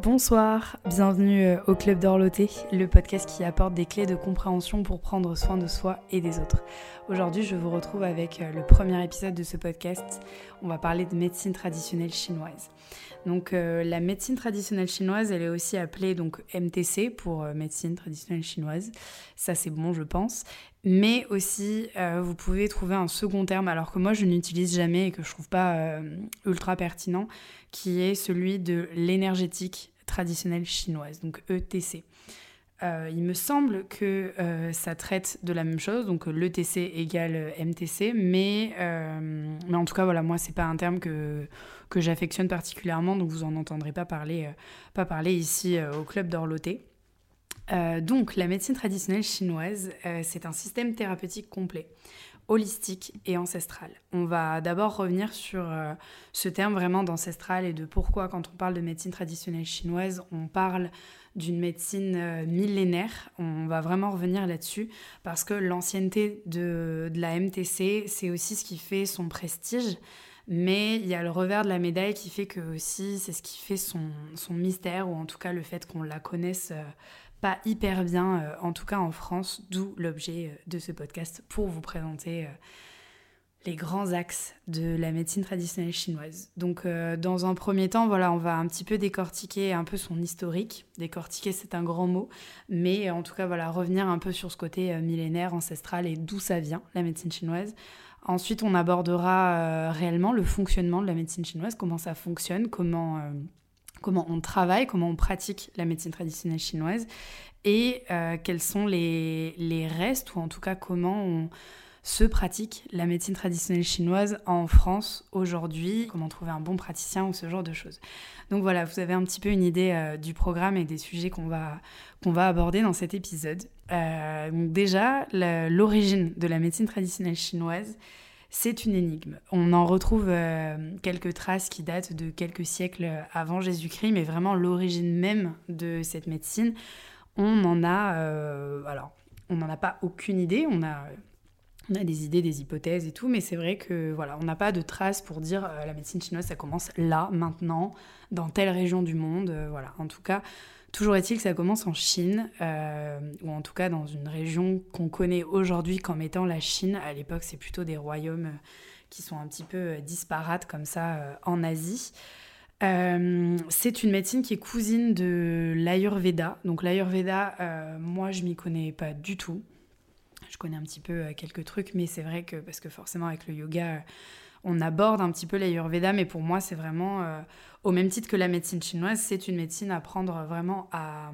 Bonsoir, bienvenue au Club d'Orloté, le podcast qui apporte des clés de compréhension pour prendre soin de soi et des autres. Aujourd'hui, je vous retrouve avec le premier épisode de ce podcast. On va parler de médecine traditionnelle chinoise. Donc la médecine traditionnelle chinoise, elle est aussi appelée donc MTC pour médecine traditionnelle chinoise. Ça c'est bon, je pense. Mais aussi, vous pouvez trouver un second terme, alors que moi je n'utilise jamais et que je trouve pas ultra pertinent, qui est celui de l'énergétique traditionnelle chinoise, donc ETC. Il me semble que ça traite de la même chose, donc l'ETC égale MTC, mais en tout cas, voilà, moi, c'est pas un terme que j'affectionne particulièrement, donc vous en entendrez pas parler ici au Club d'Orloté. Donc, la médecine traditionnelle chinoise, c'est un système thérapeutique complet, holistique et ancestral. On va d'abord revenir sur ce terme vraiment d'ancestral et de pourquoi, quand on parle de médecine traditionnelle chinoise, on parle d'une médecine millénaire. On va vraiment revenir là-dessus parce que l'ancienneté de la MTC, c'est aussi ce qui fait son prestige. Mais il y a le revers de la médaille qui fait que aussi c'est ce qui fait son mystère, ou en tout cas le fait qu'on la connaisse pas hyper bien, en tout cas en France, d'où l'objet de ce podcast pour vous présenter les grands axes de la médecine traditionnelle chinoise. Donc dans un premier temps, voilà, on va un petit peu décortiquer un peu son historique. Décortiquer, c'est un grand mot, mais en tout cas, voilà, revenir un peu sur ce côté millénaire, ancestral et d'où ça vient, la médecine chinoise. Ensuite, on abordera réellement le fonctionnement de la médecine chinoise, comment ça fonctionne, comment on travaille, comment on pratique la médecine traditionnelle chinoise et quels sont les restes, ou en tout cas comment on se pratique la médecine traditionnelle chinoise en France aujourd'hui, comment trouver un bon praticien ou ce genre de choses. Donc voilà, vous avez un petit peu une idée du programme et des sujets qu'on va aborder dans cet épisode. Donc déjà, l'origine de la médecine traditionnelle chinoise, c'est une énigme. On en retrouve quelques traces qui datent de quelques siècles avant Jésus-Christ, mais vraiment l'origine même de cette médecine, on n'en a pas aucune idée. On a des idées, des hypothèses et tout, mais c'est vrai que voilà, on n'a pas de traces pour dire la médecine chinoise, ça commence là, maintenant, dans telle région du monde. Voilà. En tout cas, toujours est-il que ça commence en Chine, ou en tout cas dans une région qu'on connaît aujourd'hui comme étant la Chine. À l'époque, c'est plutôt des royaumes qui sont un petit peu disparates comme ça en Asie. C'est une médecine qui est cousine de l'Ayurveda. Donc l'Ayurveda, moi, je m'y connais pas du tout. Je connais un petit peu quelques trucs, mais c'est vrai que, parce que forcément avec le yoga, on aborde un petit peu l'Ayurveda, mais pour moi c'est vraiment, au même titre que la médecine chinoise, c'est une médecine à prendre vraiment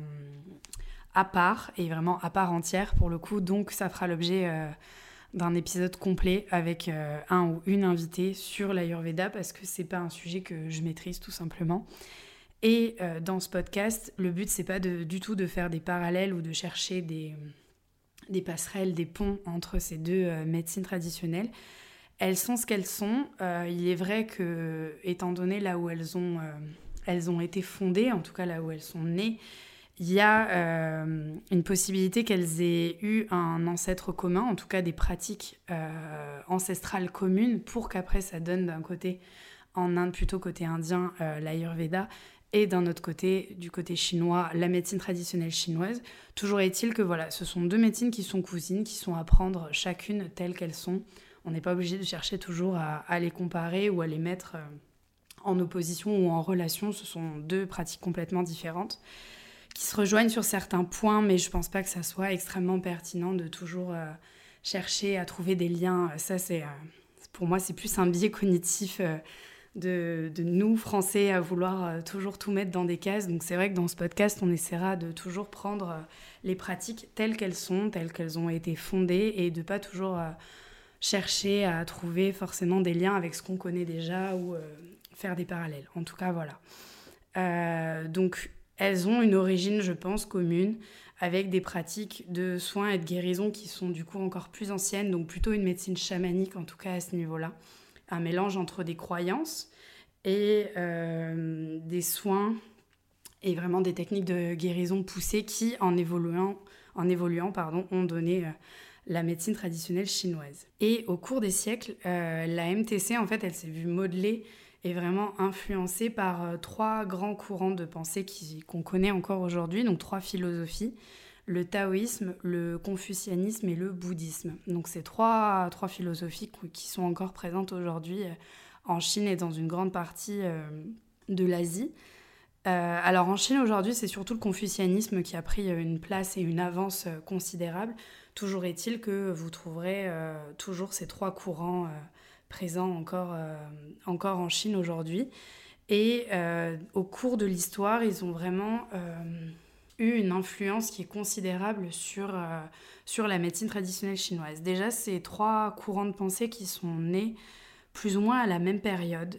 à part, et vraiment à part entière pour le coup, donc ça fera l'objet d'un épisode complet avec un ou une invitée sur l'Ayurveda, parce que c'est pas un sujet que je maîtrise tout simplement. Et dans ce podcast, le but c'est pas du tout de faire des parallèles ou de chercher des passerelles, des ponts entre ces deux médecines traditionnelles. Elles sont ce qu'elles sont. Il est vrai que, étant donné là où elles ont été fondées, en tout cas là où elles sont nées, il y a une possibilité qu'elles aient eu un ancêtre commun, en tout cas des pratiques ancestrales communes, pour qu'après ça donne d'un côté, en Inde plutôt côté indien, l'Ayurveda, et d'un autre côté, du côté chinois, la médecine traditionnelle chinoise. Toujours est-il que voilà, ce sont deux médecines qui sont cousines, qui sont à prendre chacune telles qu'elles sont. On n'est pas obligé de chercher toujours à les comparer ou à les mettre en opposition ou en relation. Ce sont deux pratiques complètement différentes qui se rejoignent sur certains points, mais je ne pense pas que ça soit extrêmement pertinent de toujours chercher à trouver des liens. Ça, pour moi, c'est plus un biais cognitif de nous, Français, à vouloir toujours tout mettre dans des cases. Donc c'est vrai que dans ce podcast, on essaiera de toujours prendre les pratiques telles qu'elles sont, telles qu'elles ont été fondées, et de ne pas toujours chercher à trouver forcément des liens avec ce qu'on connaît déjà ou faire des parallèles. En tout cas, voilà. Donc elles ont une origine, je pense, commune, avec des pratiques de soins et de guérison qui sont du coup encore plus anciennes, donc plutôt une médecine chamanique, en tout cas à ce niveau-là. Un mélange entre des croyances et des soins et vraiment des techniques de guérison poussées qui, en évoluant, ont donné la médecine traditionnelle chinoise. Et au cours des siècles, la MTC, en fait, elle s'est vue modeler est vraiment influencé par 3 grands courants de pensée qu'on connaît encore aujourd'hui, donc 3 philosophies, le taoïsme, le confucianisme et le bouddhisme. Donc c'est trois philosophies qui sont encore présentes aujourd'hui en Chine et dans une grande partie de l'Asie. Alors en Chine aujourd'hui, c'est surtout le confucianisme qui a pris une place et une avance considérable. Toujours est-il que vous trouverez toujours ces 3 courants présents encore en Chine aujourd'hui. Et au cours de l'histoire, ils ont vraiment eu une influence qui est considérable sur la médecine traditionnelle chinoise. Déjà, ces 3 courants de pensée qui sont nés plus ou moins à la même période,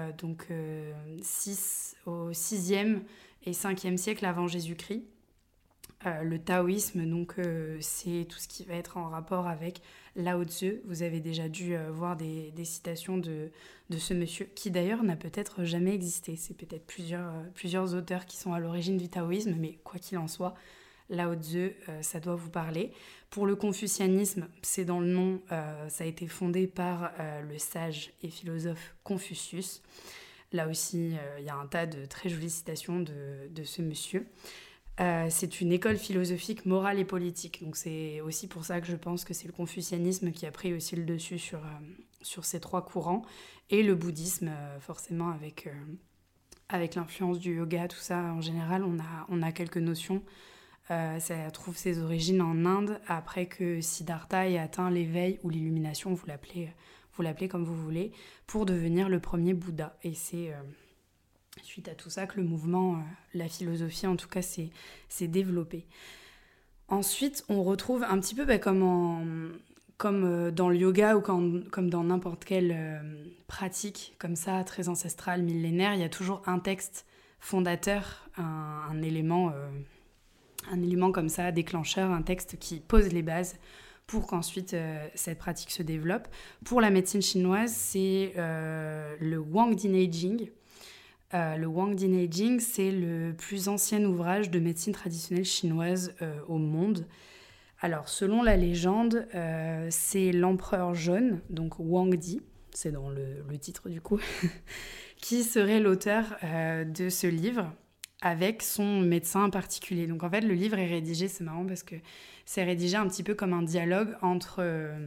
au 6e et 5e siècle avant Jésus-Christ. Le taoïsme, c'est tout ce qui va être en rapport avec Lao Tzu. Vous avez déjà dû voir des citations de ce monsieur, qui d'ailleurs n'a peut-être jamais existé. C'est peut-être plusieurs auteurs qui sont à l'origine du taoïsme, mais quoi qu'il en soit, Lao Tzu, ça doit vous parler. Pour le confucianisme, c'est dans le nom, ça a été fondé par le sage et philosophe Confucius. Là aussi, il y a un tas de très jolies citations de ce monsieur. C'est une école philosophique morale et politique. Donc c'est aussi pour ça que je pense que c'est le confucianisme qui a pris aussi le dessus sur ces 3 courants. Et le bouddhisme, forcément, avec l'influence du yoga, tout ça, en général, on a quelques notions. Ça trouve ses origines en Inde, après que Siddhartha ait atteint l'éveil ou l'illumination, vous l'appelez comme vous voulez, pour devenir le premier Bouddha. Et c'est suite à tout ça que le mouvement, la philosophie en tout cas, s'est développé. Ensuite, on retrouve un petit peu comme dans le yoga ou comme dans n'importe quelle pratique comme ça, très ancestrale, millénaire, il y a toujours un texte fondateur, un élément comme ça, déclencheur, un texte qui pose les bases pour qu'ensuite cette pratique se développe. Pour la médecine chinoise, c'est le Wang Dinei Jing. Le Wang Dinei Jing, c'est le plus ancien ouvrage de médecine traditionnelle chinoise au monde. Alors, selon la légende, c'est l'empereur jaune, donc Wang Di, c'est dans le titre du coup, qui serait l'auteur de ce livre avec son médecin particulier. Donc en fait, le livre est rédigé, c'est marrant parce que c'est rédigé un petit peu comme un dialogue entre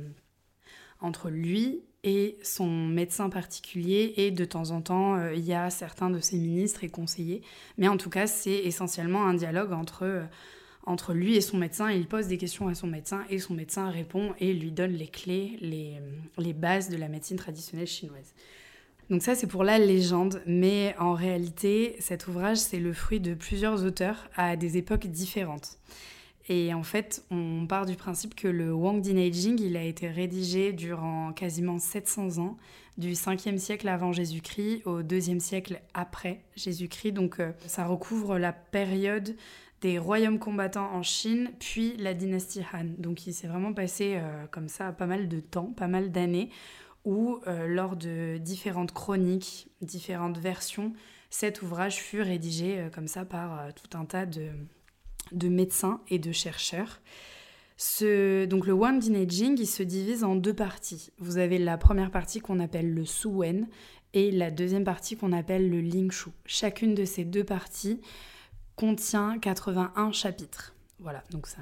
lui et son médecin particulier, et de temps en temps, il y a certains de ses ministres et conseillers. Mais en tout cas, c'est essentiellement un dialogue entre lui et son médecin. Il pose des questions à son médecin et son médecin répond et lui donne les clés, les bases de la médecine traditionnelle chinoise. Donc ça, c'est pour la légende, mais en réalité, cet ouvrage, c'est le fruit de plusieurs auteurs à des époques différentes. Et en fait, on part du principe que le Wang Dinei Jing, il a été rédigé durant quasiment 700 ans, du 5e siècle avant Jésus-Christ au 2e siècle après Jésus-Christ. Donc ça recouvre la période des royaumes combattants en Chine, puis la dynastie Han. Donc il s'est vraiment passé comme ça pas mal de temps, pas mal d'années, où lors de différentes chroniques, différentes versions, cet ouvrage fut rédigé comme ça par tout un tas de médecins et de chercheurs. Donc le Wang Dinei Jing, il se divise en 2 parties. Vous avez la première partie qu'on appelle le Su Wen et la deuxième partie qu'on appelle le Ling Shu. Chacune de ces 2 parties contient 81 chapitres. Voilà, donc c'est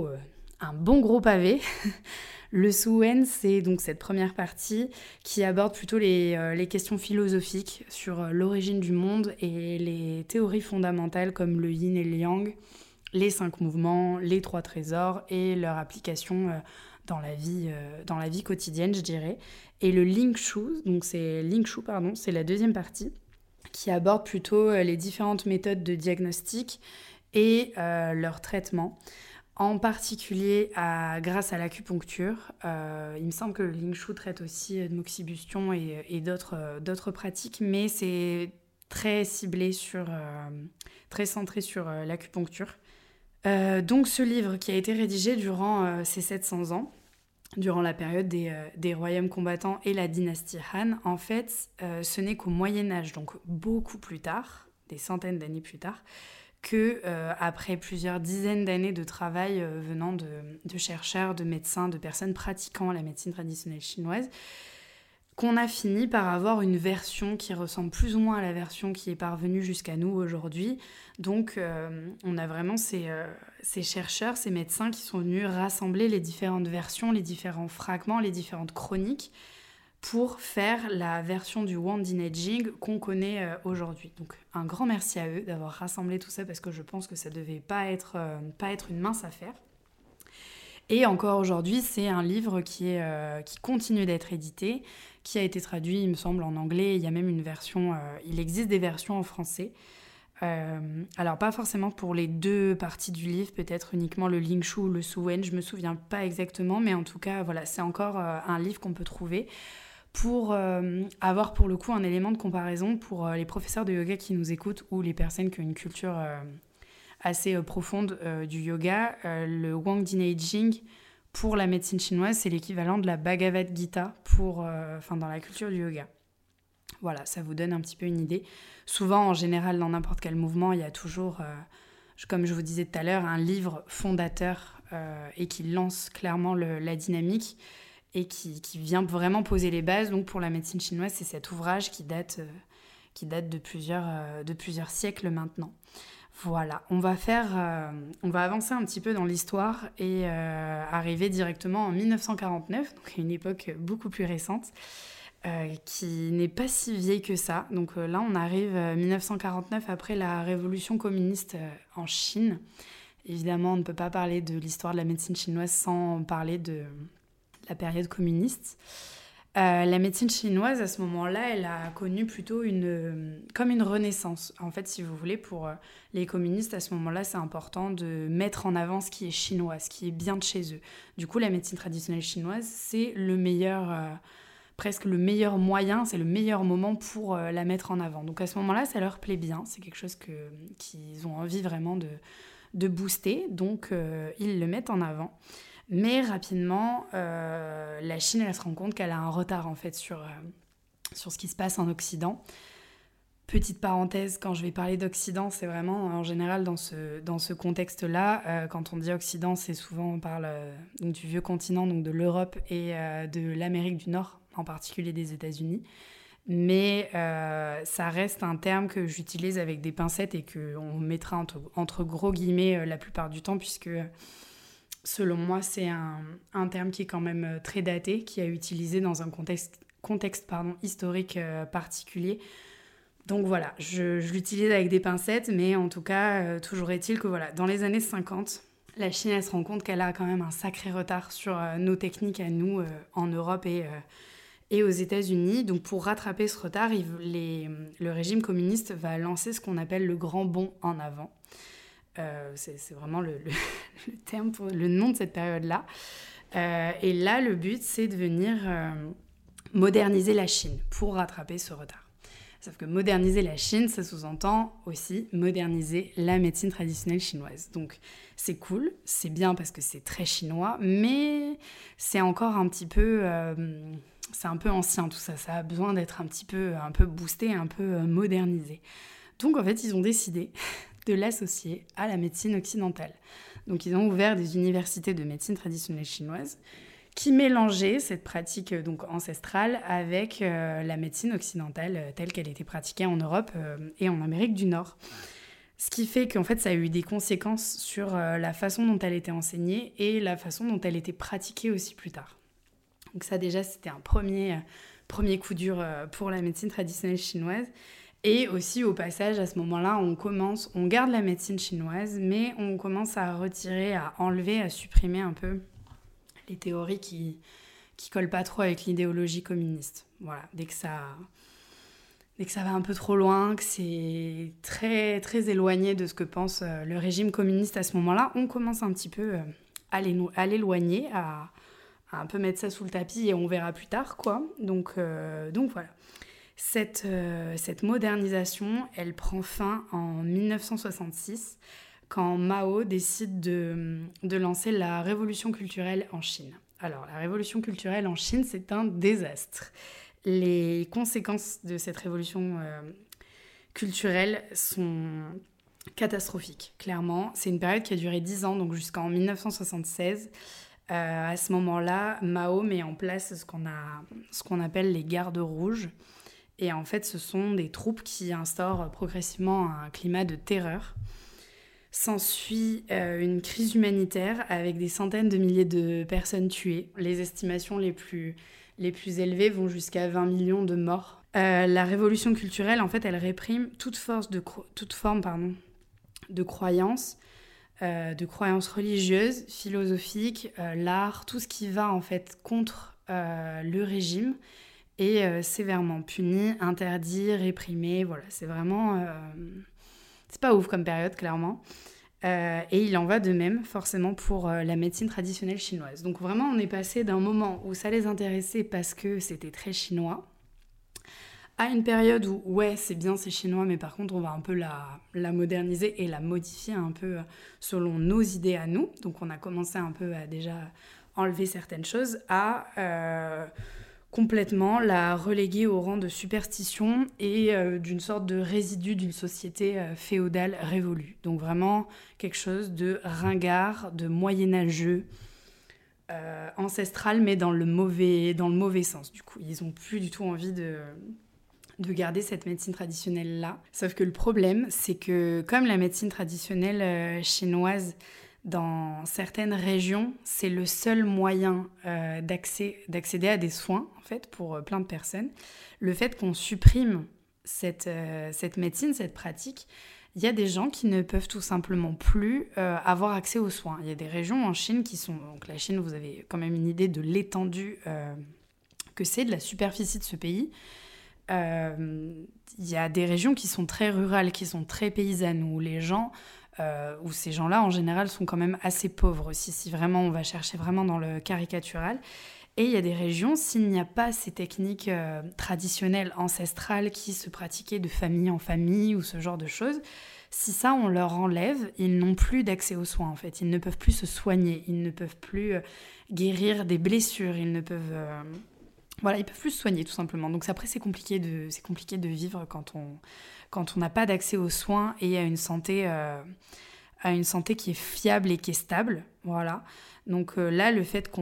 un bon gros pavé. Le Su Wen, c'est donc cette première partie qui aborde plutôt les questions philosophiques sur l'origine du monde et les théories fondamentales comme le yin et le yang, les 5 mouvements, les 3 trésors et leur application dans la vie quotidienne, je dirais. Et le Ling Shu, c'est la deuxième partie qui aborde plutôt les différentes méthodes de diagnostic et leur traitement. En particulier grâce à l'acupuncture. Il me semble que le Ling Shu traite aussi de moxibustion et d'autres pratiques, mais c'est très ciblé très centré sur l'acupuncture. Donc ce livre qui a été rédigé durant ces 700 ans, durant la période des royaumes combattants et la dynastie Han, en fait, ce n'est qu'au Moyen-Âge, donc beaucoup plus tard, des centaines d'années plus tard, que après plusieurs dizaines d'années de travail venant de chercheurs, de médecins, de personnes pratiquant la médecine traditionnelle chinoise, qu'on a fini par avoir une version qui ressemble plus ou moins à la version qui est parvenue jusqu'à nous aujourd'hui. Donc on a vraiment ces chercheurs, ces médecins qui sont venus rassembler les différentes versions, les différents fragments, les différentes chroniques pour faire la version du Wanding Aging qu'on connaît aujourd'hui. Donc un grand merci à eux d'avoir rassemblé tout ça parce que je pense que ça devait pas être une mince affaire. Et encore aujourd'hui, c'est un livre qui continue d'être édité, qui a été traduit, il me semble, en anglais. Il y a même une version, il existe des versions en français. Alors pas forcément pour les deux parties du livre, peut-être uniquement le Lingshu ou le Suwen, je me souviens pas exactement, mais en tout cas, voilà, c'est encore un livre qu'on peut trouver pour avoir pour le coup un élément de comparaison pour les professeurs de yoga qui nous écoutent ou les personnes qui ont une culture assez profonde du yoga. Le Wanding Aging pour la médecine chinoise, c'est l'équivalent de la Bhagavad Gita dans la culture du yoga. Voilà, ça vous donne un petit peu une idée. Souvent, en général, dans n'importe quel mouvement, il y a toujours, comme je vous disais tout à l'heure, un livre fondateur et qui lance clairement la dynamique et qui vient vraiment poser les bases. Donc pour la médecine chinoise, c'est cet ouvrage qui date de plusieurs siècles maintenant. Voilà, on va avancer un petit peu dans l'histoire et arriver directement en 1949, donc à une époque beaucoup plus récente, qui n'est pas si vieille que ça. Donc là, on arrive 1949 après la révolution communiste en Chine. Évidemment, on ne peut pas parler de l'histoire de la médecine chinoise sans parler de la période communiste. La médecine chinoise, à ce moment-là, elle a connu plutôt comme une renaissance. En fait, si vous voulez, pour les communistes, à ce moment-là, c'est important de mettre en avant ce qui est chinois, ce qui est bien de chez eux. Du coup, la médecine traditionnelle chinoise, c'est presque le meilleur moyen, c'est le meilleur moment pour la mettre en avant. Donc à ce moment-là, ça leur plaît bien. C'est quelque chose qu'ils ont envie vraiment de booster. Donc ils le mettent en avant. Mais rapidement, la Chine, elle se rend compte qu'elle a un retard en fait sur ce qui se passe en Occident. Petite parenthèse, quand je vais parler d'Occident, c'est vraiment en général dans ce contexte-là. Quand on dit Occident, c'est souvent on parle du vieux continent, donc de l'Europe et de l'Amérique du Nord, en particulier des États-Unis. Mais ça reste un terme que j'utilise avec des pincettes et qu'on mettra entre gros guillemets la plupart du temps, puisque selon moi, c'est un terme qui est quand même très daté, qui est utilisé dans un contexte historique particulier. Donc voilà, je l'utilise avec des pincettes, mais en tout cas, toujours est-il que voilà, dans les années 50, la Chine, elle se rend compte qu'elle a quand même un sacré retard sur nos techniques à nous en Europe et aux États-Unis. Donc pour rattraper ce retard, le régime communiste va lancer ce qu'on appelle le grand bond en avant. C'est vraiment le terme pour le nom de cette période-là. Et là, le but, c'est de venir moderniser la Chine pour rattraper ce retard. Sauf que moderniser la Chine, ça sous-entend aussi moderniser la médecine traditionnelle chinoise. Donc c'est cool, c'est bien parce que c'est très chinois, mais c'est encore un petit peu... c'est un peu ancien tout ça, ça a besoin d'être un peu boosté, un peu modernisé. Donc en fait, ils ont décidé de l'associer à la médecine occidentale. Donc ils ont ouvert des universités de médecine traditionnelle chinoise qui mélangeaient cette pratique donc ancestrale avec la médecine occidentale telle qu'elle était pratiquée en Europe et en Amérique du Nord. Ce qui fait qu'en fait, ça a eu des conséquences sur la façon dont elle était enseignée et la façon dont elle était pratiquée aussi plus tard. Donc ça déjà, c'était un premier coup dur pour la médecine traditionnelle chinoise. Et aussi, au passage, à ce moment-là, on garde la médecine chinoise, mais on commence à retirer, à enlever, à supprimer un peu les théories qui collent pas trop avec l'idéologie communiste. Voilà, dès que ça va un peu trop loin, que c'est très, très éloigné de ce que pense le régime communiste à ce moment-là, on commence un petit peu à l'éloigner, à un peu mettre ça sous le tapis et on verra plus tard, quoi. Donc voilà. Cette modernisation, elle prend fin en 1966, quand Mao décide de lancer la révolution culturelle en Chine. Alors, la révolution culturelle en Chine, c'est un désastre. Les conséquences de cette révolution culturelle sont catastrophiques, clairement. C'est une période qui a duré 10 ans, donc jusqu'en 1976. À ce moment-là, Mao met en place ce qu'on appelle les gardes rouges. Et en fait, ce sont des troupes qui instaurent progressivement un climat de terreur. S'ensuit une crise humanitaire avec des centaines de milliers de personnes tuées. Les estimations les plus élevées vont jusqu'à 20 millions de morts. La révolution culturelle, en fait, elle réprime toute forme de croyances religieuses, philosophiques, l'art, tout ce qui va en fait contre le régime est sévèrement puni, interdit, réprimé. Voilà, c'est vraiment... c'est pas ouf comme période, clairement. Et il en va de même, forcément, pour la médecine traditionnelle chinoise. Donc vraiment, on est passé d'un moment où ça les intéressait parce que c'était très chinois, à une période où, ouais, c'est bien, c'est chinois, mais par contre, on va un peu la moderniser et la modifier un peu selon nos idées à nous. Donc on a commencé un peu à déjà enlever certaines choses, à complètement la reléguer au rang de superstition et d'une sorte de résidu d'une société féodale révolue. Donc vraiment quelque chose de ringard, de moyenâgeux, ancestral, mais dans le mauvais sens. Du coup, ils n'ont plus du tout envie de garder cette médecine traditionnelle-là. Sauf que le problème, c'est que comme la médecine traditionnelle chinoise, dans certaines régions, c'est le seul moyen d'accéder à des soins, en fait, pour plein de personnes. Le fait qu'on supprime cette médecine, cette pratique, il y a des gens qui ne peuvent tout simplement plus avoir accès aux soins. Il y a des régions en Chine qui sont... Donc la Chine, vous avez quand même une idée de l'étendue que c'est, de la superficie de ce pays. Il y a des régions qui sont très rurales, qui sont très paysannes, où les gens... où ces gens-là, en général, sont quand même assez pauvres aussi, si vraiment on va chercher vraiment dans le caricatural. Et il y a des régions, s'il n'y a pas ces techniques traditionnelles, ancestrales, qui se pratiquaient de famille en famille ou ce genre de choses, si ça, on leur enlève, ils n'ont plus d'accès aux soins, en fait. Ils ne peuvent plus se soigner, ils ne peuvent plus guérir des blessures, ils ne peuvent... ils peuvent plus se soigner, tout simplement. Donc après, c'est compliqué de vivre quand on n'a pas d'accès aux soins et à une santé qui est fiable et qui est stable. Voilà. Donc là, le fait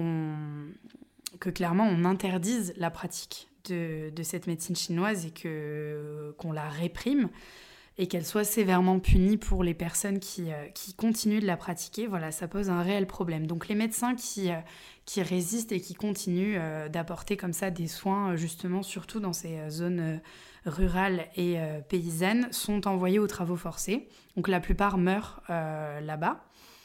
que clairement on interdise la pratique de cette médecine chinoise et qu'on la réprime et qu'elle soit sévèrement punie pour les personnes qui continuent de la pratiquer, voilà, ça pose un réel problème. Donc les médecins qui résistent et qui continuent d'apporter comme ça des soins, justement, surtout dans ces zones rurales et paysannes, sont envoyés aux travaux forcés. Donc la plupart meurent là-bas.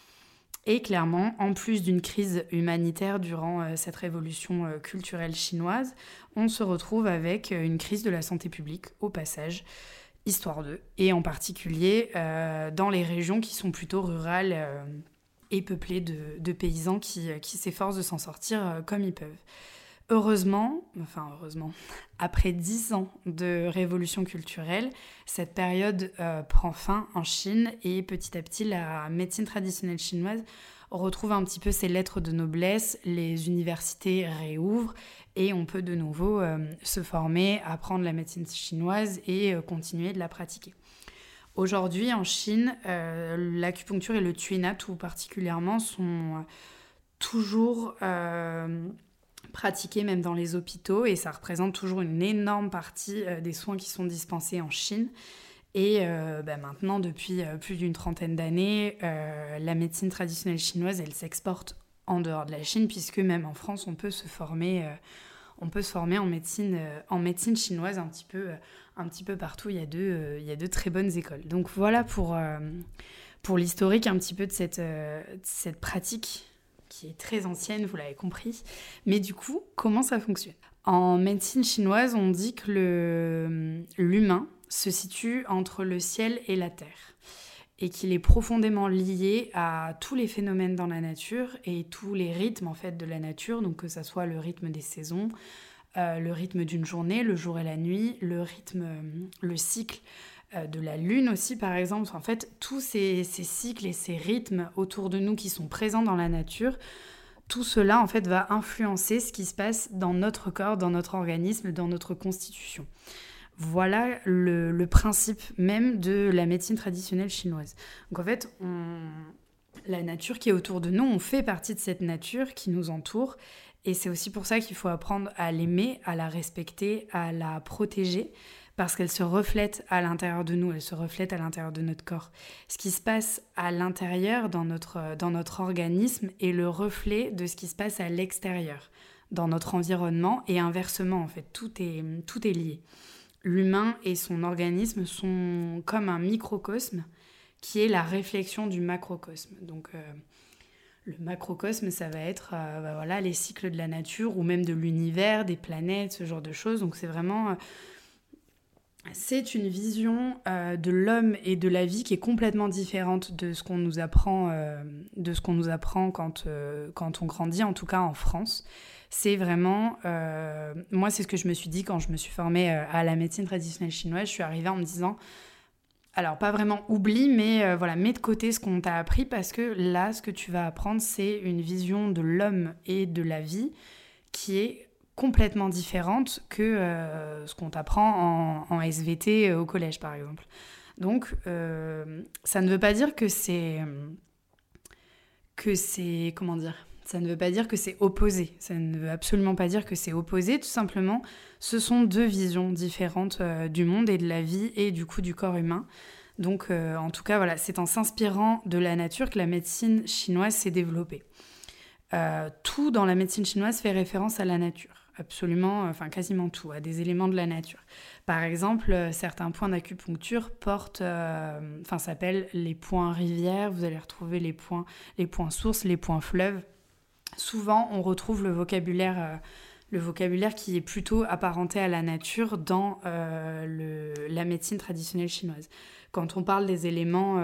Et clairement, en plus d'une crise humanitaire durant cette révolution culturelle chinoise, on se retrouve avec une crise de la santé publique, au passage, histoire d'eux, et en particulier dans les régions qui sont plutôt rurales et peuplées de paysans qui s'efforcent de s'en sortir comme ils peuvent. Heureusement, après 10 ans de révolution culturelle, cette période prend fin en Chine et petit à petit, la médecine traditionnelle chinoise retrouve un petit peu ses lettres de noblesse, les universités réouvrent et on peut de nouveau se former, apprendre la médecine chinoise et continuer de la pratiquer. Aujourd'hui, en Chine, l'acupuncture et le tuina tout particulièrement sont toujours... pratiquée même dans les hôpitaux et ça représente toujours une énorme partie des soins qui sont dispensés en Chine. Et maintenant, depuis plus d'une trentaine d'années, la médecine traditionnelle chinoise, elle s'exporte en dehors de la Chine puisque même en France, on peut se former en médecine chinoise un petit peu partout. Il y a de très bonnes écoles. Donc voilà pour l'historique un petit peu de cette pratique qui est très ancienne, vous l'avez compris. Mais du coup, comment ça fonctionne ? En médecine chinoise, on dit que l'humain se situe entre le ciel et la terre et qu'il est profondément lié à tous les phénomènes dans la nature et tous les rythmes en fait de la nature, donc que ça soit le rythme des saisons, le rythme d'une journée, le jour et la nuit, le cycle de la lune aussi par exemple. En fait, tous ces cycles et ces rythmes autour de nous qui sont présents dans la nature, tout cela en fait va influencer ce qui se passe dans notre corps, dans notre organisme, dans notre constitution. Voilà le principe même de la médecine traditionnelle chinoise. Donc en fait, La nature qui est autour de nous, on fait partie de cette nature qui nous entoure. Et c'est aussi pour ça qu'il faut apprendre à l'aimer, à la respecter, à la protéger, parce qu'elle se reflète à l'intérieur de nous, elle se reflète à l'intérieur de notre corps. Ce qui se passe à l'intérieur, dans notre organisme, est le reflet de ce qui se passe à l'extérieur, dans notre environnement, et inversement, en fait, tout est lié. L'humain et son organisme sont comme un microcosme qui est la réflexion du macrocosme. Donc, le macrocosme, ça va être les cycles de la nature ou même de l'univers, des planètes, ce genre de choses. Donc c'est vraiment... c'est une vision de l'homme et de la vie qui est complètement différente de ce qu'on nous apprend, quand on grandit, en tout cas en France. C'est vraiment... moi, c'est ce que je me suis dit quand je me suis formée à la médecine traditionnelle chinoise. Je suis arrivée en me disant... Alors, pas vraiment oublie, mais mets de côté ce qu'on t'a appris parce que là, ce que tu vas apprendre, c'est une vision de l'homme et de la vie qui est complètement différente que ce qu'on t'apprend en SVT au collège, par exemple. Donc, ça ne veut pas dire que c'est... Comment dire ? Ça ne veut pas dire que c'est opposé. Ça ne veut absolument pas dire que c'est opposé. Tout simplement, ce sont deux visions différentes du monde et de la vie et du coup du corps humain. Donc, en tout cas, voilà, c'est en s'inspirant de la nature que la médecine chinoise s'est développée. Tout dans la médecine chinoise fait référence à la nature. Absolument, quasiment tout, à des éléments de la nature. Par exemple, certains points d'acupuncture s'appellent les points rivières. Vous allez retrouver les points sources, les points fleuves. Souvent, on retrouve le vocabulaire qui est plutôt apparenté à la nature dans la médecine traditionnelle chinoise. Quand on parle des éléments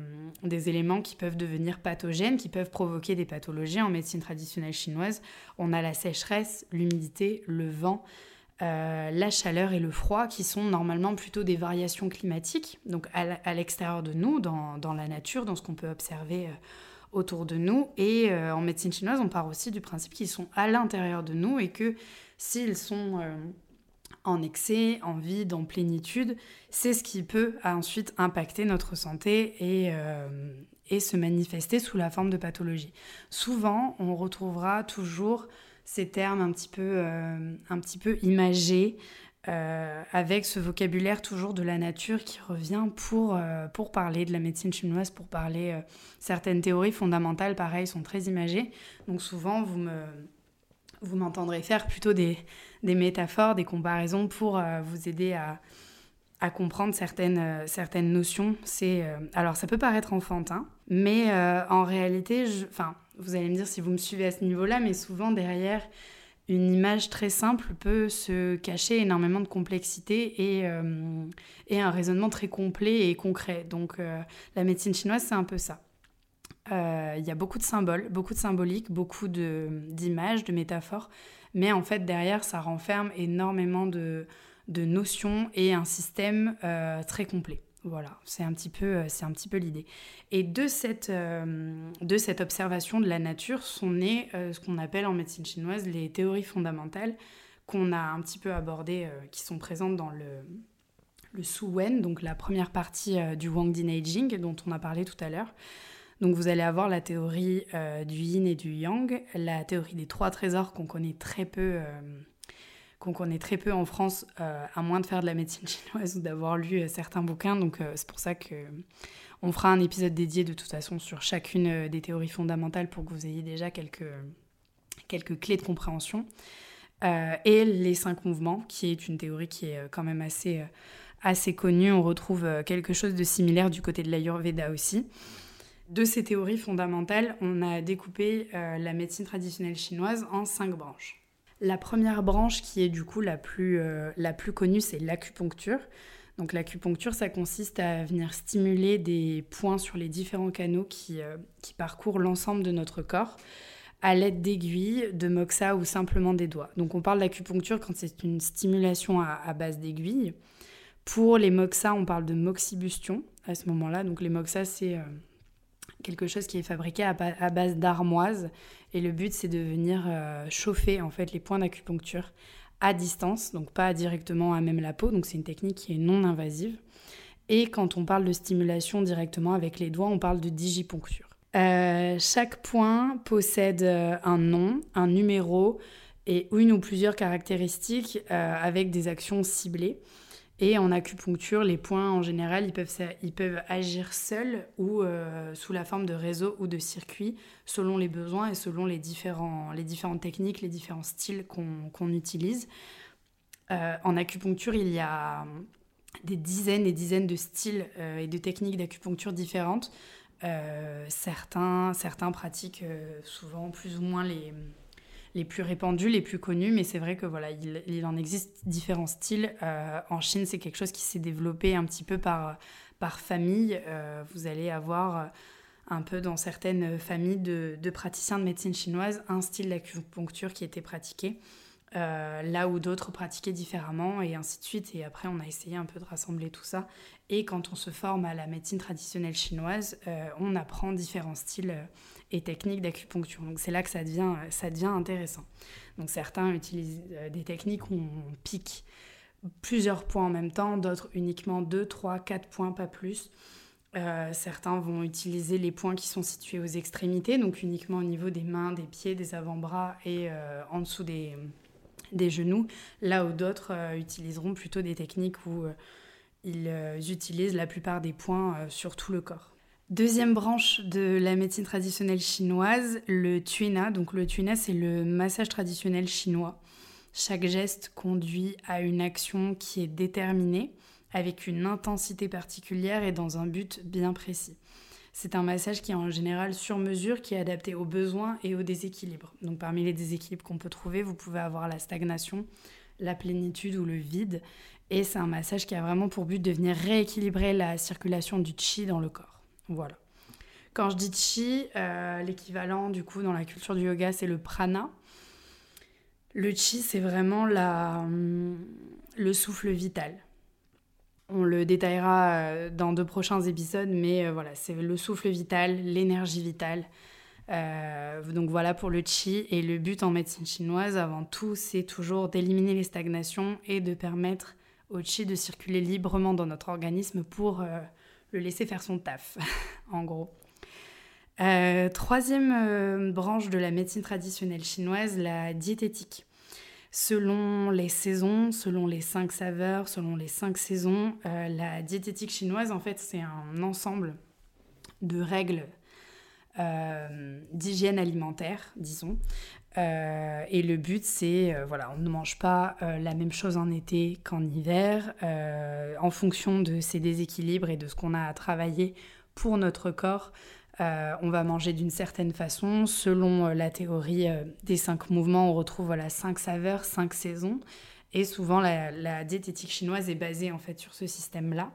qui peuvent devenir pathogènes, qui peuvent provoquer des pathologies en médecine traditionnelle chinoise, on a la sécheresse, l'humidité, le vent, la chaleur et le froid, qui sont normalement plutôt des variations climatiques, donc à l'extérieur de nous, dans la nature, dans ce qu'on peut observer autour de nous. Et en médecine chinoise, on part aussi du principe qu'ils sont à l'intérieur de nous et que s'ils sont en excès, en vide, en plénitude, c'est ce qui peut ensuite impacter notre santé et se manifester sous la forme de pathologie. Souvent, on retrouvera toujours ces termes un petit peu imagés, avec ce vocabulaire toujours de la nature qui revient pour parler de la médecine chinoise, pour parler certaines théories fondamentales, pareil, sont très imagées. Donc souvent, vous m'entendrez faire plutôt des métaphores, des comparaisons pour vous aider à comprendre certaines notions. Alors ça peut paraître enfantin, mais en réalité, vous allez me dire si vous me suivez à ce niveau-là, mais souvent derrière une image très simple peut se cacher énormément de complexité et un raisonnement très complet et concret. Donc la médecine chinoise, c'est un peu ça. Il y a beaucoup de symboles, beaucoup de symboliques, beaucoup d'images, de métaphores, mais en fait derrière ça renferme énormément de notions et un système très complet. Voilà, c'est un petit peu l'idée. Et de cette observation de la nature sont nées ce qu'on appelle en médecine chinoise les théories fondamentales qu'on a un petit peu abordées, qui sont présentes dans le Su Wen, donc la première partie du Wang Di Neijing dont on a parlé tout à l'heure. Donc vous allez avoir la théorie du yin et du yang, la théorie des 3 trésors qu'on connaît très peu en France, à moins de faire de la médecine chinoise ou d'avoir lu certains bouquins. Donc c'est pour ça qu'on fera un épisode dédié de toute façon sur chacune des théories fondamentales pour que vous ayez déjà quelques clés de compréhension. Et les 5 mouvements, qui est une théorie qui est quand même assez connue. On retrouve quelque chose de similaire du côté de l'Ayurveda aussi. De ces théories fondamentales, on a découpé la médecine traditionnelle chinoise en 5 branches. La première branche, qui est du coup la plus connue, c'est l'acupuncture. Donc l'acupuncture, ça consiste à venir stimuler des points sur les différents canaux qui parcourent l'ensemble de notre corps à l'aide d'aiguilles, de moxa ou simplement des doigts. Donc on parle d'acupuncture quand c'est une stimulation à base d'aiguilles. Pour les moxa, on parle de moxibustion à ce moment-là. Donc les moxa, c'est quelque chose qui est fabriqué à base d'armoise. Et le but, c'est de venir chauffer en fait les points d'acupuncture à distance, donc pas directement à même la peau. Donc c'est une technique qui est non invasive. Et quand on parle de stimulation directement avec les doigts, on parle de digiponcture. Chaque point possède un nom, un numéro et une ou plusieurs caractéristiques avec des actions ciblées. Et en acupuncture, les points en général, ils peuvent agir seuls ou sous la forme de réseaux ou de circuits selon les besoins et selon les différentes techniques, les différents styles qu'on utilise. En acupuncture, il y a des dizaines et dizaines de styles et de techniques d'acupuncture différentes. Certains pratiquent souvent plus ou moins les plus répandus, les plus connus, mais c'est vrai que voilà, il en existe différents styles. En Chine, c'est quelque chose qui s'est développé un petit peu par famille. Vous allez avoir un peu dans certaines familles de praticiens de médecine chinoise un style d'acupuncture qui était pratiqué, là où d'autres pratiquaient différemment, et ainsi de suite. Et après, on a essayé un peu de rassembler tout ça. Et quand on se forme à la médecine traditionnelle chinoise, on apprend différents styles et techniques d'acupuncture. Donc c'est là que ça devient intéressant. Donc certains utilisent des techniques où on pique plusieurs points en même temps, d'autres uniquement 2, 3, 4 points, pas plus. Certains vont utiliser les points qui sont situés aux extrémités, donc uniquement au niveau des mains, des pieds, des avant-bras et en dessous des genoux, là où d'autres utiliseront plutôt des techniques où ils utilisent la plupart des points sur tout le corps. Deuxième branche de la médecine traditionnelle chinoise, le tuina. Donc le tuina, c'est le massage traditionnel chinois. Chaque geste conduit à une action qui est déterminée, avec une intensité particulière et dans un but bien précis. C'est un massage qui est en général sur mesure, qui est adapté aux besoins et aux déséquilibres. Donc parmi les déséquilibres qu'on peut trouver, vous pouvez avoir la stagnation, la plénitude ou le vide. Et c'est un massage qui a vraiment pour but de venir rééquilibrer la circulation du qi dans le corps. Voilà. Quand je dis qi, l'équivalent du coup dans la culture du yoga, c'est le prana. Le qi, c'est vraiment le souffle vital. On le détaillera dans 2 prochains épisodes, mais voilà, c'est le souffle vital, l'énergie vitale. Donc voilà pour le qi. Et le but en médecine chinoise, avant tout, c'est toujours d'éliminer les stagnations et de permettre au qi de circuler librement dans notre organisme pour le laisser faire son taf, en gros. Troisième branche de la médecine traditionnelle chinoise, la diététique. Selon les saisons, selon les 5 saveurs, selon les 5 saisons, la diététique chinoise, en fait, c'est un ensemble de règles d'hygiène alimentaire, disons. Et le but, c'est, on ne mange pas la même chose en été qu'en hiver, en fonction de ces déséquilibres et de ce qu'on a à travailler pour notre corps. On va manger d'une certaine façon. Selon la théorie des 5 mouvements, on retrouve 5 saveurs, 5 saisons. Et souvent, la diététique chinoise est basée en fait sur ce système-là.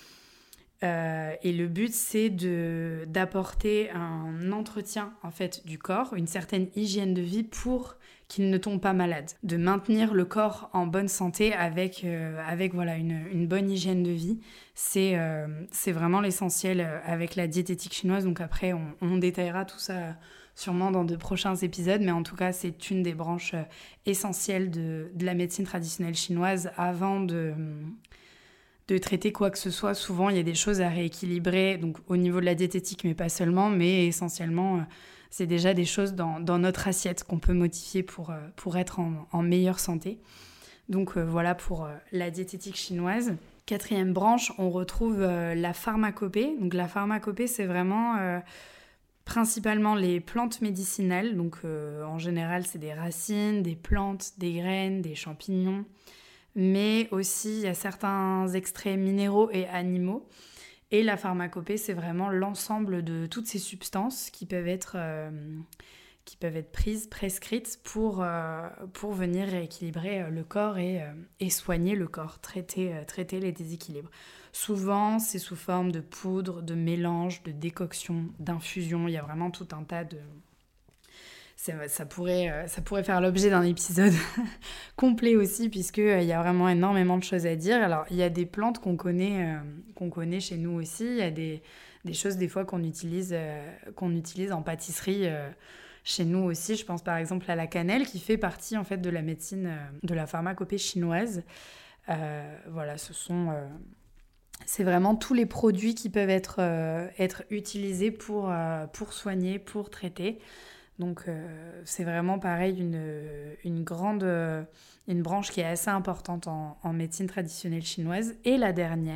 Et le but, c'est d'apporter un entretien en fait, du corps, une certaine hygiène de vie pour qu'il ne tombe pas malade. De maintenir le corps en bonne santé avec une bonne hygiène de vie. C'est vraiment l'essentiel avec la diététique chinoise. Donc après, on détaillera tout ça sûrement dans de prochains épisodes. Mais en tout cas, c'est une des branches essentielles de la médecine traditionnelle chinoise avant de traiter quoi que ce soit. Souvent, il y a des choses à rééquilibrer donc au niveau de la diététique, mais pas seulement, mais essentiellement, c'est déjà des choses dans notre assiette qu'on peut modifier pour être en meilleure santé. Donc voilà pour la diététique chinoise. Quatrième branche, on retrouve la pharmacopée. Donc la pharmacopée, c'est vraiment principalement les plantes médicinales. Donc en général, c'est des racines, des plantes, des graines, des champignons. Mais aussi, il y a certains extraits minéraux et animaux. Et la pharmacopée, c'est vraiment l'ensemble de toutes ces substances qui peuvent être prises, prescrites pour venir rééquilibrer le corps et soigner le corps, traiter les déséquilibres. Souvent, c'est sous forme de poudre, de mélange, de décoction, d'infusion. Il y a vraiment tout un tas de... Ça pourrait faire l'objet d'un épisode complet aussi, puisqu'il y a vraiment énormément de choses à dire. Alors, il y a des plantes qu'on connaît chez nous aussi. Il y a des choses, des fois, qu'on utilise en pâtisserie chez nous aussi. Je pense par exemple à la cannelle, qui fait partie en fait, de la médecine, de la pharmacopée chinoise. Ce sont C'est vraiment tous les produits qui peuvent être utilisés pour soigner, pour traiter. Donc c'est vraiment pareil une branche qui est assez importante en médecine traditionnelle chinoise. Et la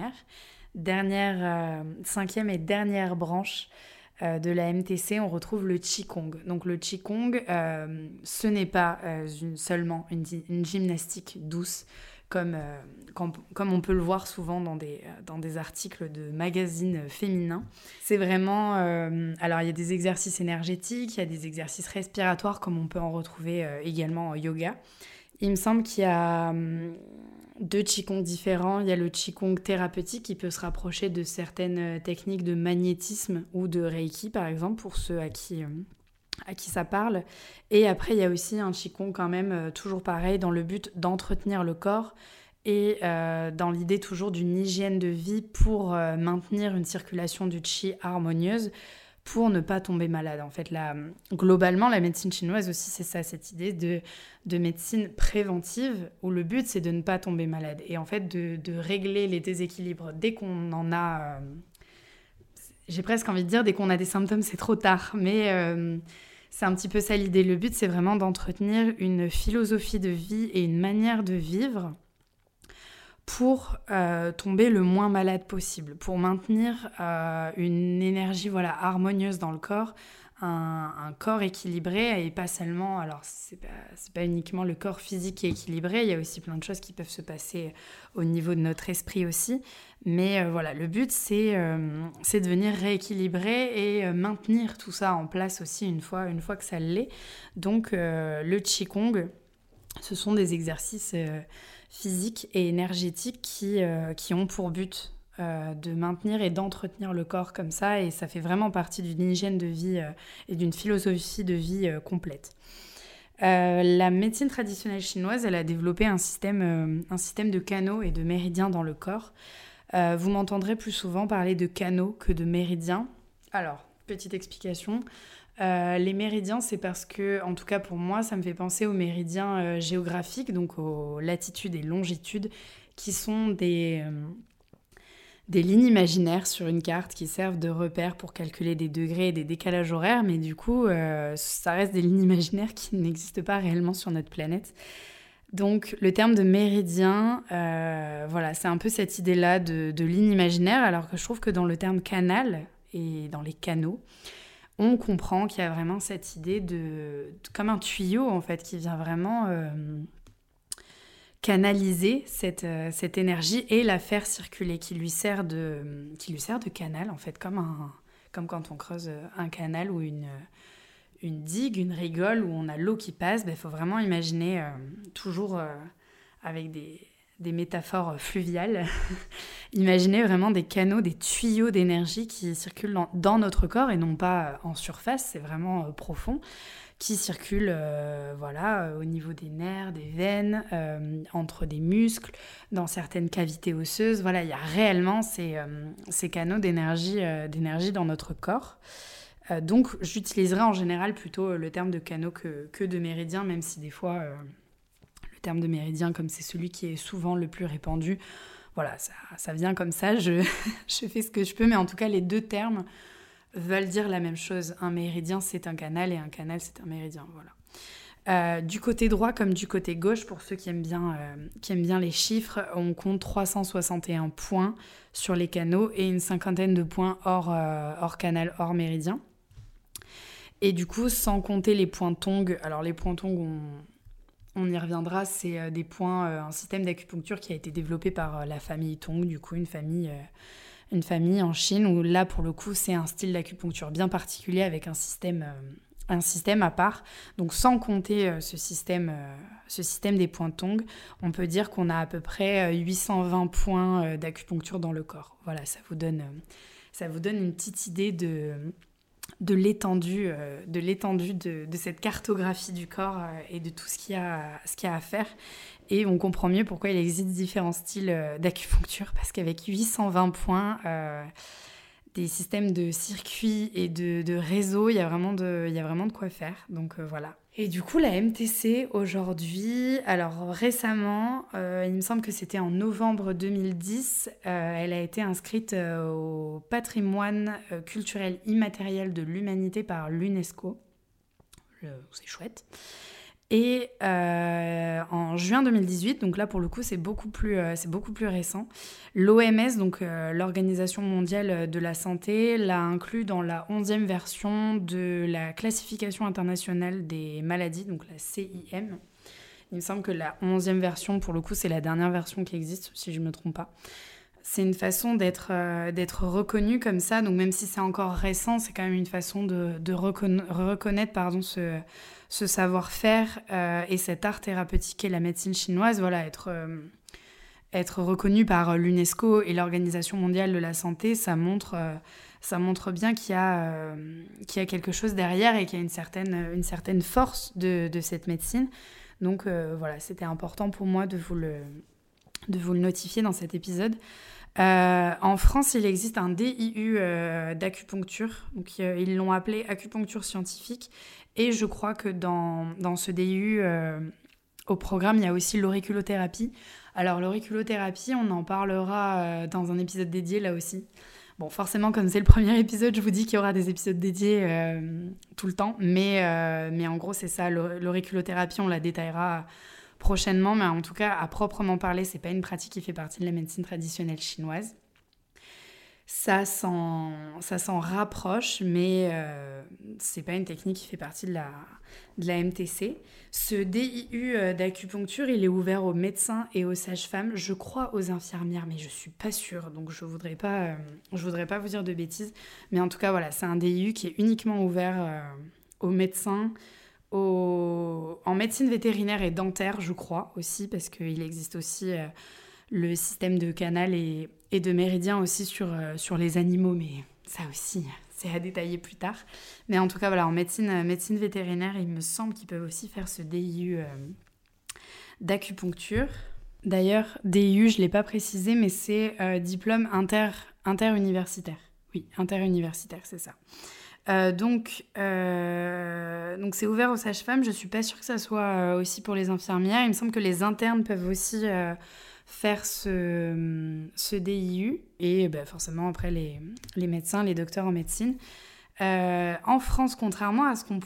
cinquième et dernière branche de la MTC, on retrouve le Qigong. Donc le Qigong, ce n'est pas seulement une gymnastique douce comme on peut le voir souvent dans des articles de magazines féminins. C'est vraiment... alors, il y a des exercices énergétiques, il y a des exercices respiratoires, comme on peut en retrouver également en yoga. Il me semble qu'il y a deux Qigong différents. Il y a le Qigong thérapeutique qui peut se rapprocher de certaines techniques de magnétisme ou de Reiki, par exemple, pour ceux à qui ça parle. Et après, il y a aussi un Qigong quand même, toujours pareil, dans le but d'entretenir le corps et dans l'idée toujours d'une hygiène de vie pour maintenir une circulation du Qi harmonieuse pour ne pas tomber malade. En fait, globalement, la médecine chinoise aussi, c'est ça, cette idée de médecine préventive où le but, c'est de ne pas tomber malade. Et en fait, de régler les déséquilibres dès qu'on en a... j'ai presque envie de dire, dès qu'on a des symptômes, c'est trop tard. Mais c'est un petit peu ça l'idée. Le but, c'est vraiment d'entretenir une philosophie de vie et une manière de vivre pour tomber le moins malade possible, pour maintenir une énergie harmonieuse dans le corps, un corps équilibré et pas seulement... Alors, c'est pas uniquement le corps physique qui est équilibré, il y a aussi plein de choses qui peuvent se passer au niveau de notre esprit aussi. Mais le but, c'est de venir rééquilibrer et maintenir tout ça en place aussi une fois que ça l'est. Donc, le Qigong, ce sont des exercices physiques et énergétiques qui ont pour but de maintenir et d'entretenir le corps comme ça, et ça fait vraiment partie d'une hygiène de vie et d'une philosophie de vie complète. La médecine traditionnelle chinoise, elle a développé un système de canaux et de méridiens dans le corps. Vous m'entendrez plus souvent parler de canaux que de méridiens. Alors, petite explication. Les méridiens, c'est parce que, en tout cas pour moi, ça me fait penser aux méridiens géographiques, donc aux latitudes et longitudes, qui sont des lignes imaginaires sur une carte qui servent de repères pour calculer des degrés et des décalages horaires, mais du coup, ça reste des lignes imaginaires qui n'existent pas réellement sur notre planète. Donc le terme de méridien, c'est un peu cette idée-là de ligne imaginaire, alors que je trouve que dans le terme canal et dans les canaux, on comprend qu'il y a vraiment cette idée comme un tuyau en fait, qui vient vraiment canaliser cette énergie et la faire circuler, qui lui sert de canal en fait, comme quand on creuse un canal ou une digue, une rigole où on a l'eau qui passe. Il faut vraiment imaginer toujours avec des métaphores fluviales, imaginez vraiment des canaux, des tuyaux d'énergie qui circulent dans notre corps et non pas en surface, c'est vraiment profond, qui circulent au niveau des nerfs, des veines, entre des muscles, dans certaines cavités osseuses. Voilà, il y a réellement ces canaux d'énergie dans notre corps. Donc j'utiliserai en général plutôt le terme de canaux que de méridien, même si des fois... le terme de méridien, comme c'est celui qui est souvent le plus répandu, voilà, ça vient comme ça, je fais ce que je peux, mais en tout cas, les deux termes veulent dire la même chose. Un méridien, c'est un canal, et un canal, c'est un méridien, voilà. Du côté droit comme du côté gauche, pour ceux qui aiment bien les chiffres, on compte 361 points sur les canaux et une cinquantaine de points hors canal, hors méridien. Et du coup, sans compter les points Tong, alors les points Tong, on y reviendra, c'est un système d'acupuncture qui a été développé par la famille Tong, du coup une famille en Chine, où là pour le coup c'est un style d'acupuncture bien particulier avec un système à part. Donc sans compter ce système des points Tong, on peut dire qu'on a à peu près 820 points d'acupuncture dans le corps. Voilà, ça vous donne une petite idée de l'étendue de cette cartographie du corps et de tout ce qu'il y a à faire. Et on comprend mieux pourquoi il existe différents styles d'acupuncture, parce qu'avec 820 points, des systèmes de circuits et de réseaux. Il y a vraiment de quoi faire. Donc voilà. Et du coup, la MTC aujourd'hui, alors récemment, il me semble que c'était en novembre 2010, elle a été inscrite au patrimoine culturel immatériel de l'humanité par l'UNESCO. C'est chouette. Et en juin 2018, donc là pour le coup c'est beaucoup plus récent, l'OMS, donc l'Organisation mondiale de la santé, l'a inclus dans la 11e version de la classification internationale des maladies, donc la CIM. Il me semble que la 11e version, pour le coup, c'est la dernière version qui existe, si je ne me trompe pas. C'est une façon d'être reconnu comme ça, donc même si c'est encore récent, c'est quand même une façon de reconnaître ce savoir-faire et cet art thérapeutique qu'est la médecine chinoise, voilà, être reconnu par l'UNESCO et l'Organisation mondiale de la santé, ça montre bien qu'il y a quelque chose derrière et qu'il y a une certaine force de cette médecine. Donc voilà, c'était important pour moi de vous le notifier dans cet épisode. En France, il existe un DIU d'acupuncture, donc ils l'ont appelé acupuncture scientifique, et je crois que dans ce DIU, au programme, il y a aussi l'auriculothérapie. Alors l'auriculothérapie, on en parlera dans un épisode dédié là aussi. Bon, forcément, comme c'est le premier épisode, je vous dis qu'il y aura des épisodes dédiés tout le temps, mais en gros, c'est ça, l'auriculothérapie, on la détaillera prochainement, mais en tout cas, à proprement parler, c'est pas une pratique qui fait partie de la médecine traditionnelle chinoise. Ça s'en rapproche, mais c'est pas une technique qui fait partie de la MTC. Ce DIU d'acupuncture, il est ouvert aux médecins et aux sages-femmes, je crois aux infirmières, mais je suis pas sûre, donc je voudrais pas vous dire de bêtises. Mais en tout cas, voilà, c'est un DIU qui est uniquement ouvert aux médecins, en médecine vétérinaire et dentaire, je crois aussi, parce qu'il existe aussi le système de canal et de méridien aussi sur les animaux, mais ça aussi, c'est à détailler plus tard. Mais en tout cas, voilà, en médecine vétérinaire, il me semble qu'ils peuvent aussi faire ce DIU d'acupuncture. D'ailleurs, DIU, je ne l'ai pas précisé, mais c'est diplôme interuniversitaire. Oui, interuniversitaire, c'est ça. Donc c'est ouvert aux sages-femmes. Je ne suis pas sûre que ça soit aussi pour les infirmières. Il me semble que les internes peuvent aussi faire ce DIU. Et forcément, après, les médecins, les docteurs en médecine. En France, contrairement à ce qu'on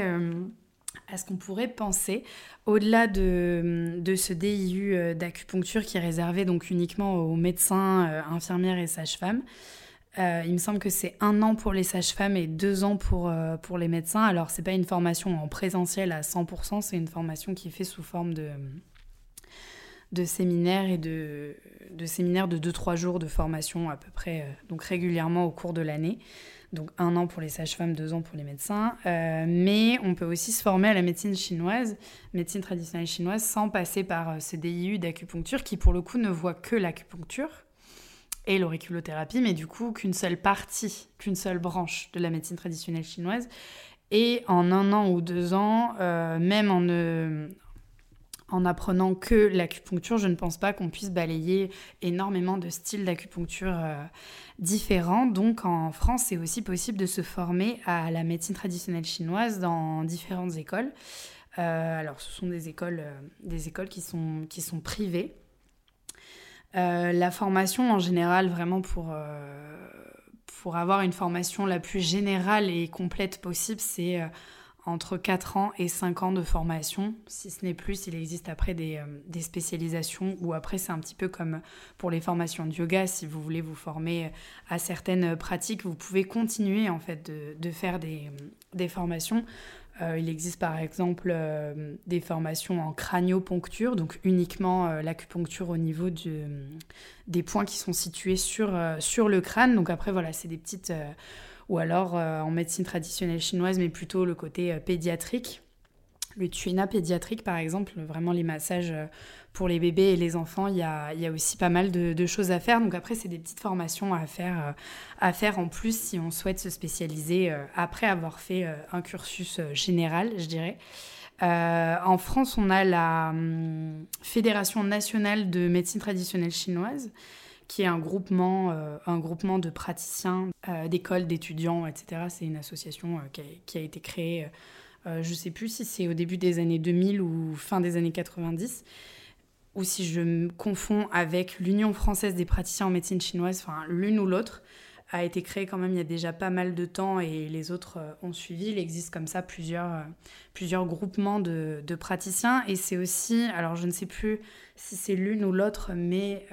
pourrait penser, au-delà de ce DIU d'acupuncture qui est réservé donc uniquement aux médecins, infirmières et sages-femmes, il me semble que c'est 1 an pour les sages-femmes et 2 ans pour les médecins. Alors, c'est pas une formation en présentiel à 100%, c'est une formation qui est faite sous forme de séminaires et de séminaires de 2-3 jours de formation à peu près, donc régulièrement au cours de l'année. Donc 1 an pour les sages-femmes, 2 ans pour les médecins. Mais on peut aussi se former à la médecine chinoise, médecine traditionnelle chinoise, sans passer par ce DIU d'acupuncture qui, pour le coup, ne voit que l'acupuncture et l'auriculothérapie, mais du coup qu'une seule branche de la médecine traditionnelle chinoise. Et en 1 an ou 2 ans, même en apprenant que l'acupuncture, je ne pense pas qu'on puisse balayer énormément de styles d'acupuncture différents. Donc en France, c'est aussi possible de se former à la médecine traditionnelle chinoise dans différentes écoles. Alors ce sont des écoles qui sont privées. La formation en général, vraiment pour avoir une formation la plus générale et complète possible, c'est entre 4 ans et 5 ans de formation. Si ce n'est plus, il existe après des spécialisations où après c'est un petit peu comme pour les formations de yoga. Si vous voulez vous former à certaines pratiques, vous pouvez continuer en fait de faire des formations. Il existe par exemple des formations en cranioponcture, donc uniquement l'acupuncture au niveau des points qui sont situés sur le crâne. Donc après, voilà, c'est des petites... ou alors en médecine traditionnelle chinoise, mais plutôt le côté pédiatrique. Le tuina pédiatrique, par exemple, vraiment les massages pour les bébés et les enfants, il y a aussi pas mal de choses à faire. Donc après, c'est des petites formations à faire en plus si on souhaite se spécialiser après avoir fait un cursus général, je dirais. En France, on a la Fédération nationale de médecine traditionnelle chinoise qui est un groupement de praticiens, d'écoles, d'étudiants, etc. C'est une association qui a été créée, je ne sais plus si c'est au début des années 2000 ou fin des années 90, ou si je me confonds avec l'Union française des praticiens en médecine chinoise, enfin l'une ou l'autre, a été créée quand même il y a déjà pas mal de temps et les autres ont suivi. Il existe comme ça plusieurs groupements de praticiens et c'est aussi, alors je ne sais plus si c'est l'une ou l'autre, mais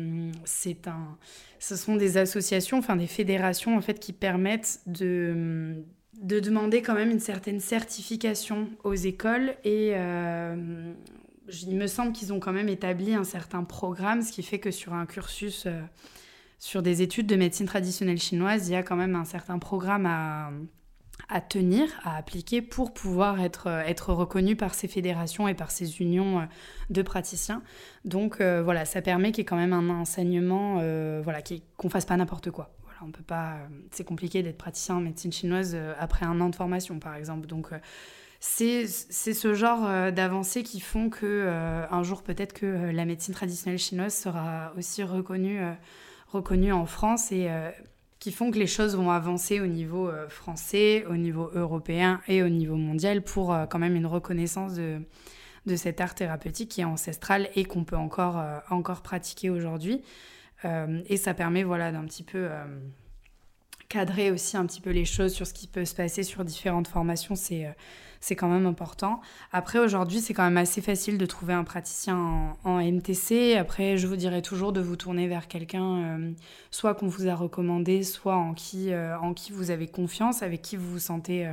ce sont des associations, enfin des fédérations en fait qui permettent de demander quand même une certaine certification aux écoles et il me semble qu'ils ont quand même établi un certain programme, ce qui fait que sur un cursus... sur des études de médecine traditionnelle chinoise, il y a quand même un certain programme à tenir, à appliquer pour pouvoir être reconnu par ces fédérations et par ces unions de praticiens. Donc voilà, ça permet qu'il y ait quand même un enseignement, qu'on ne fasse pas n'importe quoi. Voilà, on peut pas, c'est compliqué d'être praticien en médecine chinoise après 1 an de formation, par exemple. Donc c'est ce genre d'avancées qui font qu'un jour peut-être que la médecine traditionnelle chinoise sera aussi reconnue en France et qui font que les choses vont avancer au niveau français, au niveau européen et au niveau mondial pour quand même une reconnaissance de cet art thérapeutique qui est ancestral et qu'on peut encore pratiquer aujourd'hui. Et ça permet d'un petit peu cadrer aussi un petit peu les choses sur ce qui peut se passer sur différentes formations, c'est quand même important. Après, aujourd'hui, c'est quand même assez facile de trouver un praticien en MTC. Après, je vous dirais toujours de vous tourner vers quelqu'un, soit qu'on vous a recommandé, soit en qui vous avez confiance, avec qui vous vous sentez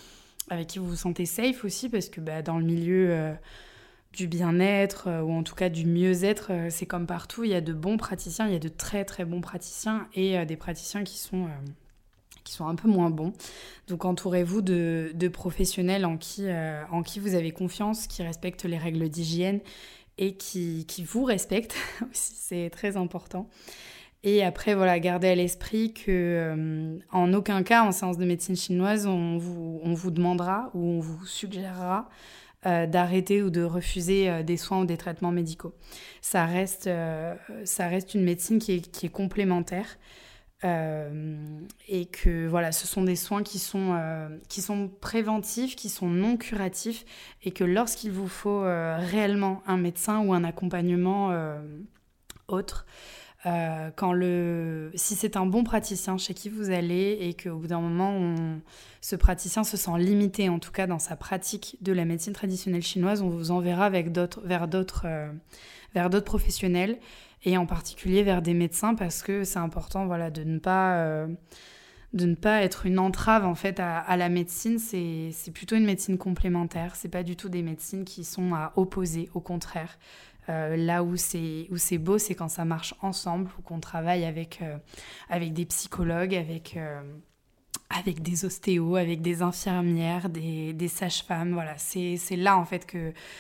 safe aussi, parce que dans le milieu du bien-être, ou en tout cas du mieux-être, c'est comme partout, il y a de bons praticiens, il y a de très très bons praticiens, et des praticiens qui sont un peu moins bons. Donc entourez-vous de professionnels en qui vous avez confiance, qui respectent les règles d'hygiène et qui vous respectent aussi, c'est très important. Et après, gardez à l'esprit que en aucun cas, en séance de médecine chinoise, on vous demandera ou on vous suggérera d'arrêter ou de refuser des soins ou des traitements médicaux. Ça reste une médecine qui est complémentaire. Et que ce sont des soins qui sont préventifs, qui sont non curatifs, et que lorsqu'il vous faut réellement un médecin ou un accompagnement autre, si c'est un bon praticien chez qui vous allez et qu'au bout d'un moment ce praticien se sent limité, en tout cas dans sa pratique de la médecine traditionnelle chinoise, on vous enverra vers d'autres professionnels, et en particulier vers des médecins, parce que c'est important de ne pas être une entrave en fait à la médecine. C'est plutôt une médecine complémentaire, c'est pas du tout des médecines qui sont à opposer, au contraire. Là où c'est beau, c'est quand ça marche ensemble, ou qu'on travaille avec des psychologues, avec des ostéos, avec des infirmières, des sages-femmes. Voilà, c'est là en fait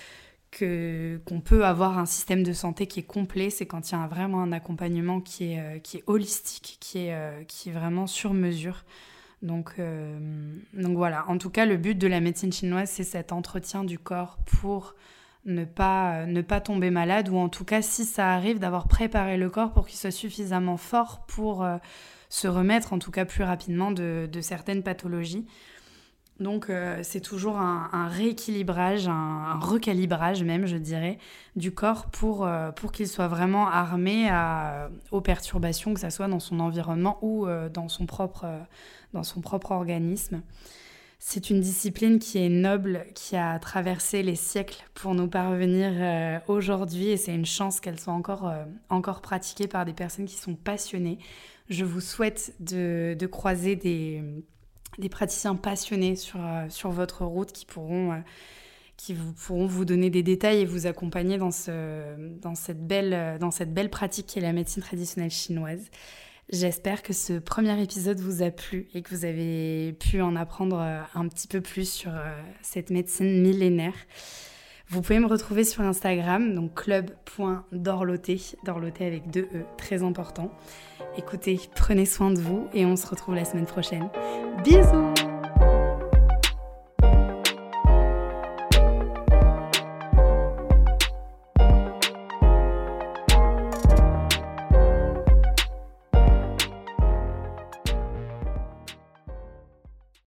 qu'on peut avoir un système de santé qui est complet. C'est quand il y a vraiment un accompagnement qui est holistique, qui est vraiment sur mesure. Donc voilà, en tout cas, le but de la médecine chinoise, c'est cet entretien du corps pour ne pas tomber malade, ou en tout cas, si ça arrive, d'avoir préparé le corps pour qu'il soit suffisamment fort pour se remettre, en tout cas plus rapidement, de certaines pathologies. Donc c'est toujours un rééquilibrage, un recalibrage même, je dirais, du corps pour qu'il soit vraiment armé aux perturbations, que ça soit dans son environnement ou dans son propre organisme. C'est une discipline qui est noble, qui a traversé les siècles pour nous parvenir aujourd'hui, et c'est une chance qu'elle soit encore pratiquée par des personnes qui sont passionnées. Je vous souhaite de croiser des praticiens passionnés sur votre route qui pourront vous donner des détails et vous accompagner dans cette belle pratique qui est la médecine traditionnelle chinoise. J'espère que ce premier épisode vous a plu et que vous avez pu en apprendre un petit peu plus sur cette médecine millénaire. Vous pouvez me retrouver sur Instagram, donc club.dorloté, Dorloté avec 2 E, très important. Écoutez, prenez soin de vous et on se retrouve la semaine prochaine. Bisous!